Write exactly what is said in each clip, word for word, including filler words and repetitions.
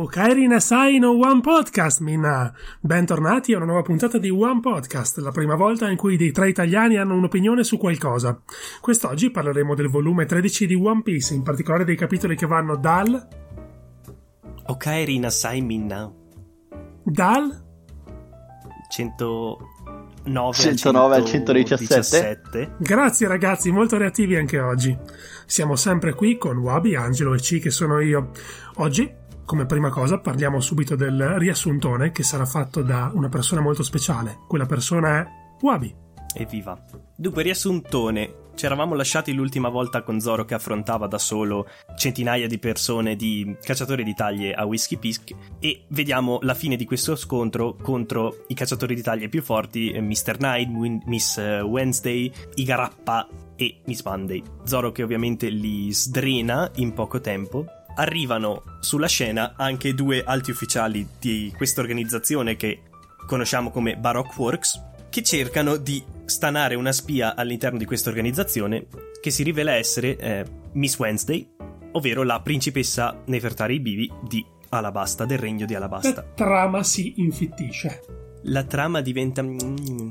Kairi Nasai no One Podcast, minna! Bentornati a una nuova puntata di One Podcast, la prima volta in cui dei tre italiani hanno un'opinione su qualcosa. Quest'oggi parleremo del volume tredici di One Piece, in particolare dei capitoli che vanno dal... O Kairi Nasai minna. Dal... centonove, centonove al centodiciassette. Grazie ragazzi, molto reattivi anche oggi. Siamo sempre qui con Wabi, Angelo e C, che sono io. Oggi, come prima cosa, parliamo subito del riassuntone che sarà fatto da una persona molto speciale. Quella persona è Wabi. Evviva. Dunque, riassuntone. Ci eravamo lasciati l'ultima volta con Zoro che affrontava da solo centinaia di persone, di cacciatori di taglie a Whiskey Peak, e vediamo la fine di questo scontro contro i cacciatori di taglie più forti, mister Knight, Miss Wednesday, Igarappa e Miss Monday. Zoro che ovviamente li sdrena in poco tempo. Arrivano sulla scena anche due alti ufficiali di questa organizzazione che conosciamo come Baroque Works, che cercano di stanare una spia all'interno di questa organizzazione che si rivela essere eh, Miss Wednesday, ovvero la principessa Nefertari Bibi di Alabasta, del regno di Alabasta. La trama si infittisce. La trama diventa... Mm.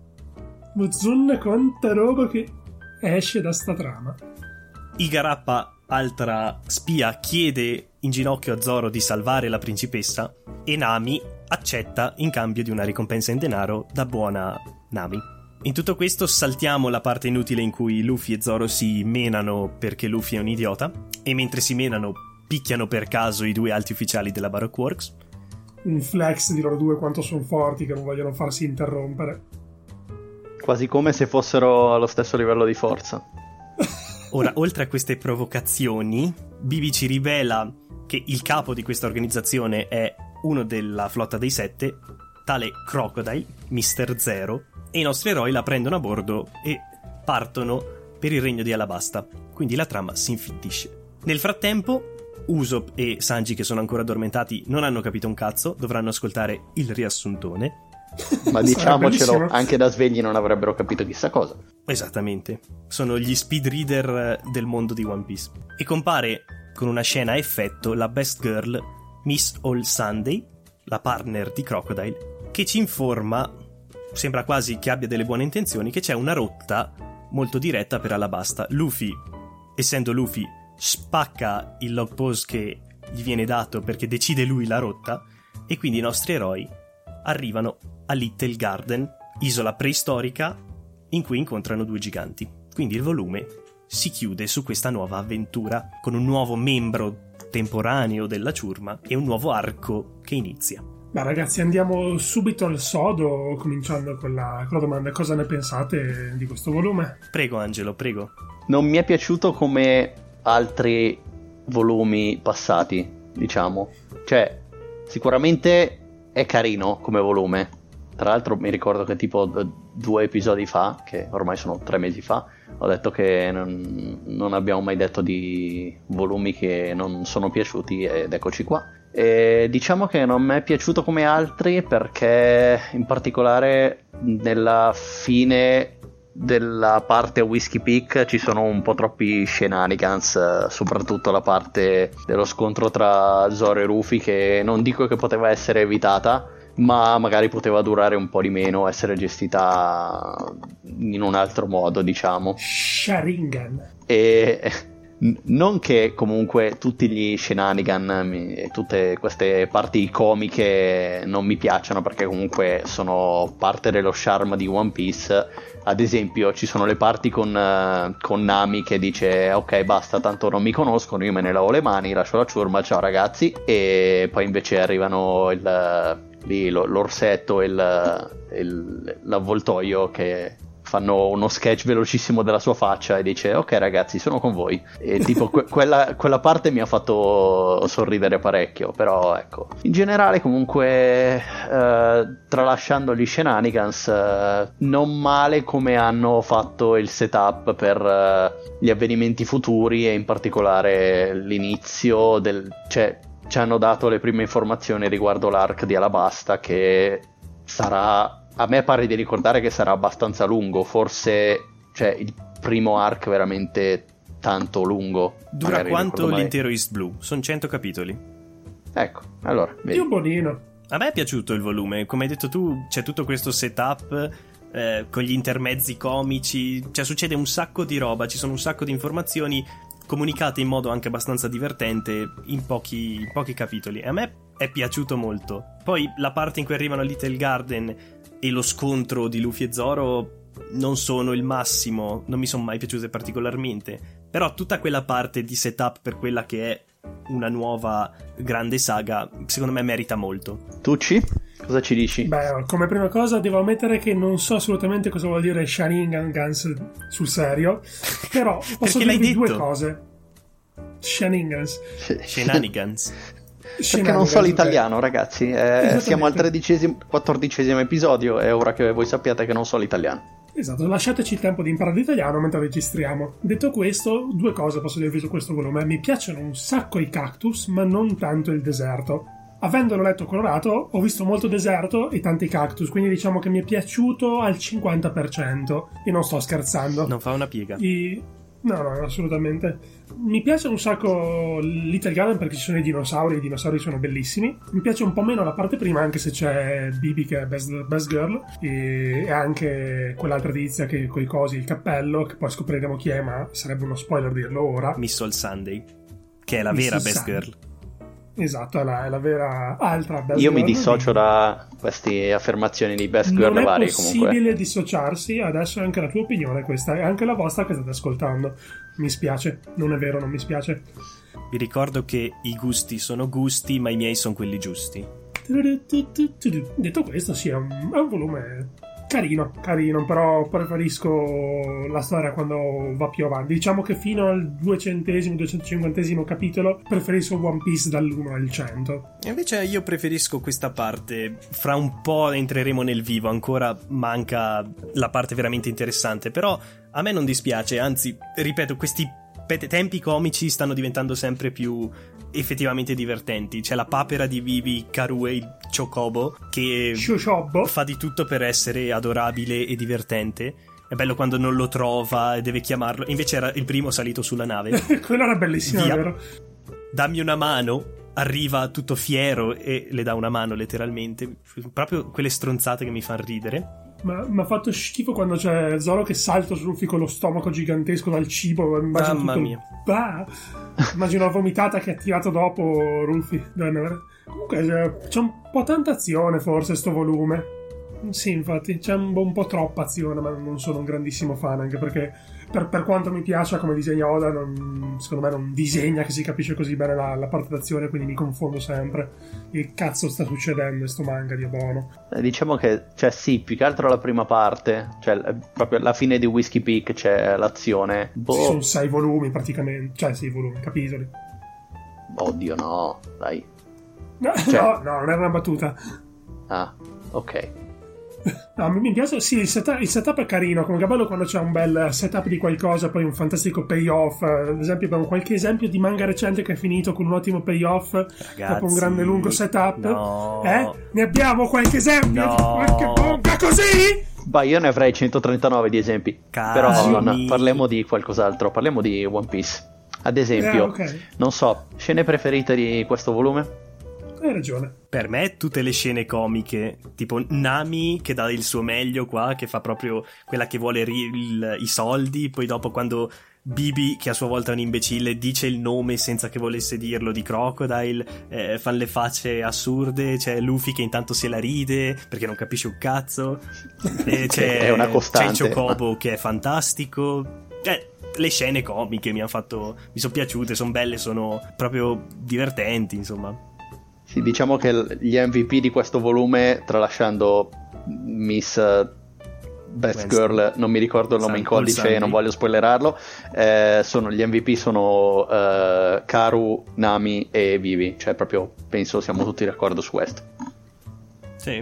Mozunna quanta roba che esce da sta trama. Igarappa, altra spia, chiede in ginocchio a Zoro di salvare la principessa e Nami accetta in cambio di una ricompensa in denaro da buona Nami. In tutto questo saltiamo la parte inutile in cui Luffy e Zoro si menano perché Luffy è un idiota, e mentre si menano picchiano per caso i due alti ufficiali della Baroque Works. Un flex di loro due quanto sono forti, che non vogliono farsi interrompere. Quasi come se fossero allo stesso livello di forza. Ora, oltre a queste provocazioni, Bibi ci rivela che il capo di questa organizzazione è uno della flotta dei sette, tale Crocodile, mister Zero, e i nostri eroi la prendono a bordo e partono per il regno di Alabasta. Quindi la trama si infittisce. Nel frattempo, Usopp e Sanji, che sono ancora addormentati, non hanno capito un cazzo, dovranno ascoltare il riassuntone. Ma diciamocelo, anche da svegli non avrebbero capito chissà cosa. Esattamente, sono gli speed reader del mondo di One Piece. E compare con una scena a effetto la best girl Miss All Sunday, la partner di Crocodile, che ci informa, sembra quasi che abbia delle buone intenzioni, che c'è una rotta molto diretta per Alabasta. Luffy, essendo Luffy, spacca il log pose che gli viene dato perché decide lui la rotta, e quindi i nostri eroi arrivano a Little Garden, isola preistorica in cui incontrano due giganti. Quindi il volume si chiude su questa nuova avventura con un nuovo membro temporaneo della ciurma e un nuovo arco che inizia. Ma ragazzi, andiamo subito al sodo, cominciando con la, con la domanda: cosa ne pensate di questo volume? Prego Angelo, prego. Non mi è piaciuto come altri volumi passati, diciamo. Cioè, sicuramente è carino come volume. Tra l'altro mi ricordo che tipo due episodi fa, che ormai sono tre mesi fa, ho detto che non, non abbiamo mai detto di volumi che non sono piaciuti, ed eccoci qua. E diciamo che non mi è piaciuto come altri perché in particolare nella fine della parte Whiskey Peak ci sono un po' troppi shenanigans, soprattutto la parte dello scontro tra Zoro e Rufy, che non dico che poteva essere evitata, ma magari poteva durare un po' di meno, essere gestita in un altro modo, diciamo. Sharingan. E non che comunque tutti gli shenanigan e tutte queste parti comiche non mi piacciono, perché comunque sono parte dello charme di One Piece. Ad esempio ci sono le parti con, uh, con Nami che dice ok basta, tanto non mi conoscono, io me ne lavo le mani, lascio la ciurma, ciao ragazzi, e poi invece arrivano il... lì l'orsetto e il, il, l'avvoltoio che fanno uno sketch velocissimo della sua faccia e dice ok ragazzi sono con voi, e tipo que- quella, quella parte mi ha fatto sorridere parecchio. Però ecco, in generale comunque eh, tralasciando gli shenanigans, eh, non male come hanno fatto il setup per eh, gli avvenimenti futuri, e in particolare l'inizio del... cioè ci hanno dato le prime informazioni riguardo l'arc di Alabasta, che sarà, a me pare di ricordare che sarà abbastanza lungo, forse, cioè il primo arc veramente tanto lungo. Dura quanto l'intero East Blue, sono cento capitoli. Ecco, allora, vedi. Dio bonino. A me è piaciuto il volume, come hai detto tu, c'è tutto questo setup eh, con gli intermezzi comici, cioè succede un sacco di roba, ci sono un sacco di informazioni comunicate in modo anche abbastanza divertente in pochi, in pochi capitoli. A me è piaciuto molto. Poi la parte in cui arrivano a Little Garden e lo scontro di Luffy e Zoro non sono il massimo, non mi sono mai piaciute particolarmente, però tutta quella parte di setup per quella che è una nuova grande saga secondo me merita molto. Tucci, cosa ci dici? Beh, come prima cosa devo ammettere che non so assolutamente cosa vuol dire Shenanigans sul serio, però posso dirvi due cose. Shenanigans Shenanigans Perché non so l'italiano, okay. Ragazzi, eh, siamo al tredicesimo, quattordicesimo episodio, è ora che voi sappiate che non so l'italiano. Esatto, lasciateci il tempo di imparare l'italiano mentre registriamo. Detto questo, due cose posso dirvi su questo volume. Mi piacciono un sacco i cactus, ma non tanto il deserto. Avendolo letto colorato, ho visto molto deserto e tanti cactus, quindi diciamo che mi è piaciuto al cinquanta per cento. E non sto scherzando. Non fa una piega. I... No, no, assolutamente. Mi piace un sacco Little Garden perché ci sono i dinosauri, i dinosauri sono bellissimi. Mi piace un po' meno la parte prima, anche se c'è Bibi che è best, best girl e, e anche quell'altra tizia che coi cosi, il cappello, che poi scopriremo chi è, ma sarebbe uno spoiler dirlo ora. Miss Soul Sunday, che è la Miss vera Soul best Sunday. Girl. Esatto, è la, è la vera altra best Io girl. mi dissocio da queste affermazioni di best girl non varie. È possibile comunque dissociarsi, adesso è anche la tua opinione questa, è anche la vostra che state ascoltando. Mi spiace, non è vero, non mi spiace. Vi ricordo che i gusti sono gusti, ma i miei sono quelli giusti. Detto questo, sì, è un, è un volume carino, carino, però preferisco la storia quando va più avanti. Diciamo che fino al duecentesimo, duecentocinquantesimo capitolo preferisco One Piece dall'uno al cento. E invece io preferisco questa parte. Fra un po' entreremo nel vivo, ancora manca la parte veramente interessante, però a me non dispiace, anzi, ripeto, questi tempi comici stanno diventando sempre più effettivamente divertenti. C'è la papera di Vivi, Karue, il Chocobo, che Shoshobo. fa di tutto per essere adorabile e divertente. È bello quando non lo trova e deve chiamarlo. Invece era il primo salito sulla nave. Quello era bellissimo, Via. vero? Dammi una mano. Arriva tutto fiero e le dà una mano letteralmente. Proprio quelle stronzate che mi fanno ridere. Ma mi ha fatto schifo quando c'è Zoro che salta su Luffy con lo stomaco gigantesco dal cibo. Immagino Mamma tutto... mia. Bah! Immagino la vomitata che ha tirato dopo Luffy. Comunque c'è un po' tanta azione forse sto volume. Sì, infatti c'è un, un po' troppa azione, ma non sono un grandissimo fan, anche perché per, per quanto mi piaccia come disegna Oda, non, secondo me non disegna che si capisce così bene la, la parte d'azione, quindi mi confondo sempre. Che cazzo sta succedendo in sto manga di Abono? Eh, diciamo che, cioè sì, più che altro la prima parte, cioè proprio alla fine di Whiskey Peak c'è l'azione. Boh. Ci sono sei volumi praticamente, cioè sei volumi, capitoli. Oddio no, dai. No, Cioè... no, no, non era una battuta. Ah, ok. No, mi piace, sì, il setup, il setup è carino, come bello quando c'è un bel setup di qualcosa, poi un fantastico payoff. Ad esempio abbiamo qualche esempio di manga recente che è finito con un ottimo payoff. Ragazzi, dopo un grande lungo setup. No. Eh? Ne abbiamo qualche esempio? No. Di qualche bomba così? Bah, io ne avrei centotrentanove di esempi. Cari Però no, mi... parliamo di qualcos'altro, parliamo di One Piece. Ad esempio, eh, okay. Non so, scene preferite di questo volume? Hai ragione. Per me tutte le scene comiche, tipo Nami che dà il suo meglio qua, che fa proprio quella che vuole ri- il, i soldi, poi dopo quando Bibi, che a sua volta è un imbecille, dice il nome senza che volesse dirlo di Crocodile, eh, fanno le facce assurde, c'è Luffy che intanto se la ride perché non capisce un cazzo, e c'è, è una costante, c'è il Chocobo ma... che è fantastico, eh, le scene comiche mi hanno fatto, mi sono piaciute, sono belle, sono proprio divertenti, insomma. Sì, diciamo che gli M V P di questo volume, tralasciando Miss Best Winston. Girl, non mi ricordo il nome San, in codice e non voglio spoilerarlo, eh, sono gli M V P sono eh, Karu, Nami e Vivi, cioè proprio penso siamo tutti d'accordo su questo. Sì.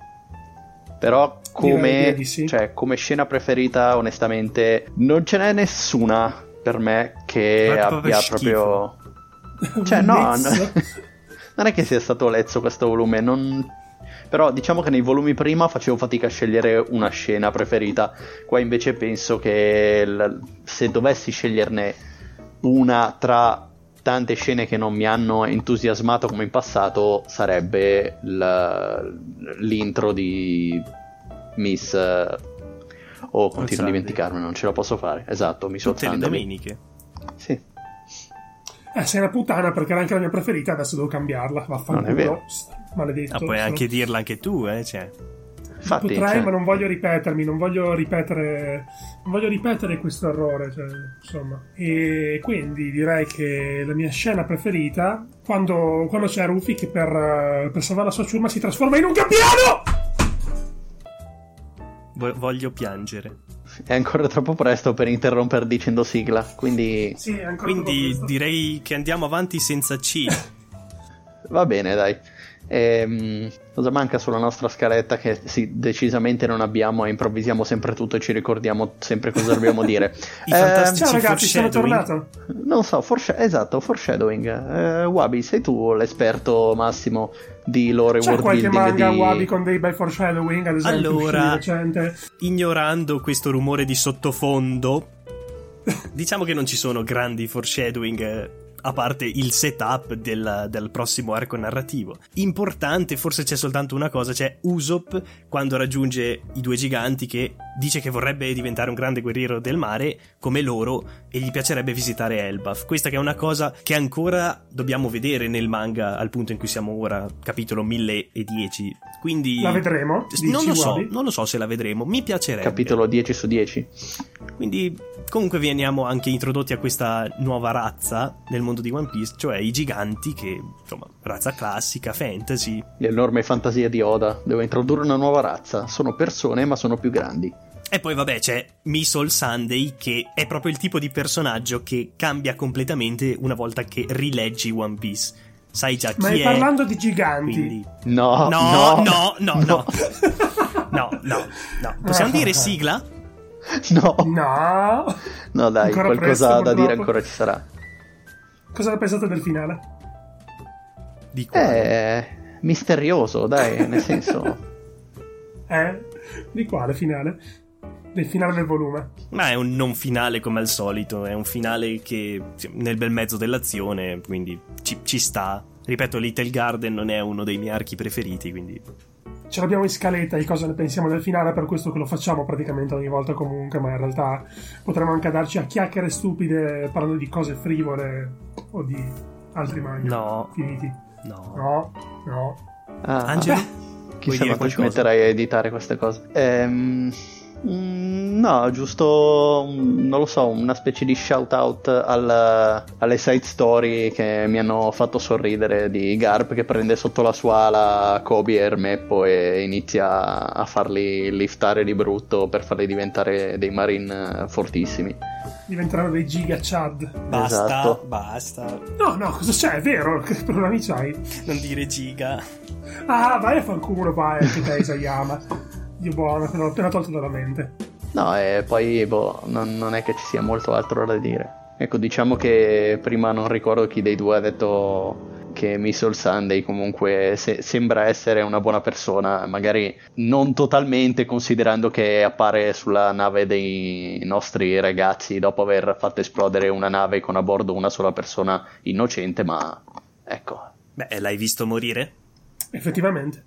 Però come, sì. cioè, come scena preferita onestamente non ce n'è nessuna per me che Proprio abbia schifo. proprio... Cioè no, no... Non è che sia stato lezzo questo volume, non... però diciamo che nei volumi prima facevo fatica a scegliere una scena preferita. Qua invece penso che l... se dovessi sceglierne una tra tante scene che non mi hanno entusiasmato come in passato sarebbe la, l'intro di Miss uh, oh continuo a dimenticarmi, non ce la posso fare, esatto, Miss tutte le Sunday. domeniche. Sì. Eh, sei una puttana perché era anche la mia preferita, adesso devo cambiarla, vaffanculo. Non è vero. Maledetto. Ah, puoi sono... anche dirla anche tu, eh, cioè. Infatti, potrei, cioè... ma non voglio ripetermi, non voglio ripetere non voglio ripetere questo errore, cioè, insomma. E quindi direi che la mia scena preferita quando, quando c'è Rufy che per, per salvare la sua ciurma si trasforma in un gabbiano. Voglio piangere. È ancora troppo presto per interrompere dicendo sigla, quindi sì, è ancora quindi direi che andiamo avanti senza C. Va bene, dai. Ehm, cosa manca sulla nostra scaletta che sì, decisamente non abbiamo e improvvisiamo sempre tutto e ci ricordiamo sempre cosa dobbiamo dire. I fantastici Ciao ragazzi, sono foreshadowing. tornato. Non so, forse esatto, foreshadowing. Eh, Wabi, sei tu l'esperto massimo di lore C'è world qualche building manga di... Wabi con dei bei foreshadowing, ad esempio, Allora, recente? ignorando questo rumore di sottofondo, diciamo che non ci sono grandi foreshadowing eh, a parte il setup del, del prossimo arco narrativo. Importante, forse c'è soltanto una cosa, c'è Usopp quando raggiunge i due giganti che dice che vorrebbe diventare un grande guerriero del mare come loro e gli piacerebbe visitare Elbaf. Questa che è una cosa che ancora dobbiamo vedere nel manga al punto in cui siamo ora, capitolo mille dieci. Quindi la vedremo? Non lo so, Wabi? non lo so se la vedremo, mi piacerebbe. Capitolo dieci su dieci. Quindi comunque veniamo anche introdotti a questa nuova razza nel mondo di One Piece, cioè i giganti che, insomma, razza classica, fantasy. L'enorme fantasia di Oda, deve introdurre una nuova razza, sono persone ma sono più grandi. E poi vabbè c'è Missile Sunday che è proprio il tipo di personaggio che cambia completamente una volta che rileggi One Piece. Sai già chi Ma è. Ma parlando di giganti. Quindi... No, no, no, no, no, no. No, no, no. Possiamo dire sigla? No. No. No, dai, Ancora qualcosa presto, da dire purtroppo. ancora ci sarà. Cosa ne pensate del finale? Di quale? Eh, misterioso, dai, nel senso... Eh? Di quale finale? Del finale del volume. Ma è un non finale come al solito, è un finale che nel bel mezzo dell'azione, quindi ci, ci sta. Ripeto, Little Garden non è uno dei miei archi preferiti, quindi... Ce l'abbiamo in scaletta di cosa ne pensiamo del finale, per questo che lo facciamo praticamente ogni volta comunque, ma in realtà potremmo anche darci a chiacchiere stupide parlando di cose frivole o di altri manga No. finiti. No. No, no. Ah, Angelo? beh, Vuoi chissà dire quando ci qualcosa? metterai a editare queste cose. Ehm... Mm, no, giusto, mm, non lo so, una specie di shout out al, alle side story che mi hanno fatto sorridere, di Garp che prende sotto la sua ala Kobe e Hermeppo e inizia a farli liftare di brutto per farli diventare dei marine fortissimi. Diventeranno dei giga Chad. Basta, Esatto. basta. No, no, cosa c'è? È vero, che problemi c'hai? Non dire giga. Ah, vai a fanculo, vai, anche te, Isayama. Dio buono, te l'ho appena tolto dalla mente. No, e poi boh, non, non è che ci sia molto altro da dire. Ecco, diciamo che prima non ricordo chi dei due ha detto che Missile Sunday comunque se- sembra essere una buona persona, magari non totalmente, considerando che appare sulla nave dei nostri ragazzi dopo aver fatto esplodere una nave con a bordo una sola persona innocente, ma ecco. Beh, l'hai visto morire? Effettivamente.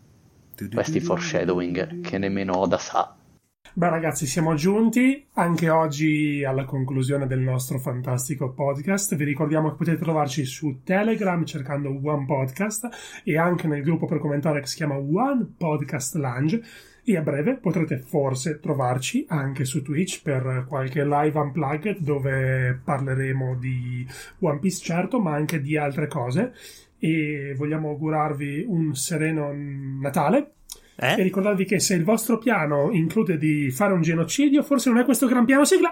Questi foreshadowing che nemmeno Oda sa. Beh ragazzi, siamo giunti anche oggi alla conclusione del nostro fantastico podcast. Vi ricordiamo che potete trovarci su Telegram cercando One Podcast e anche nel gruppo per commentare che si chiama One Podcast Lounge, e a breve potrete forse trovarci anche su Twitch per qualche live unplugged dove parleremo di One Piece, certo, ma anche di altre cose. E vogliamo augurarvi un sereno Natale. Eh? E ricordarvi che se il vostro piano include di fare un genocidio, forse non è questo gran piano. Sigla!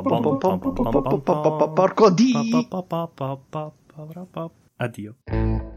Porco di... Addio.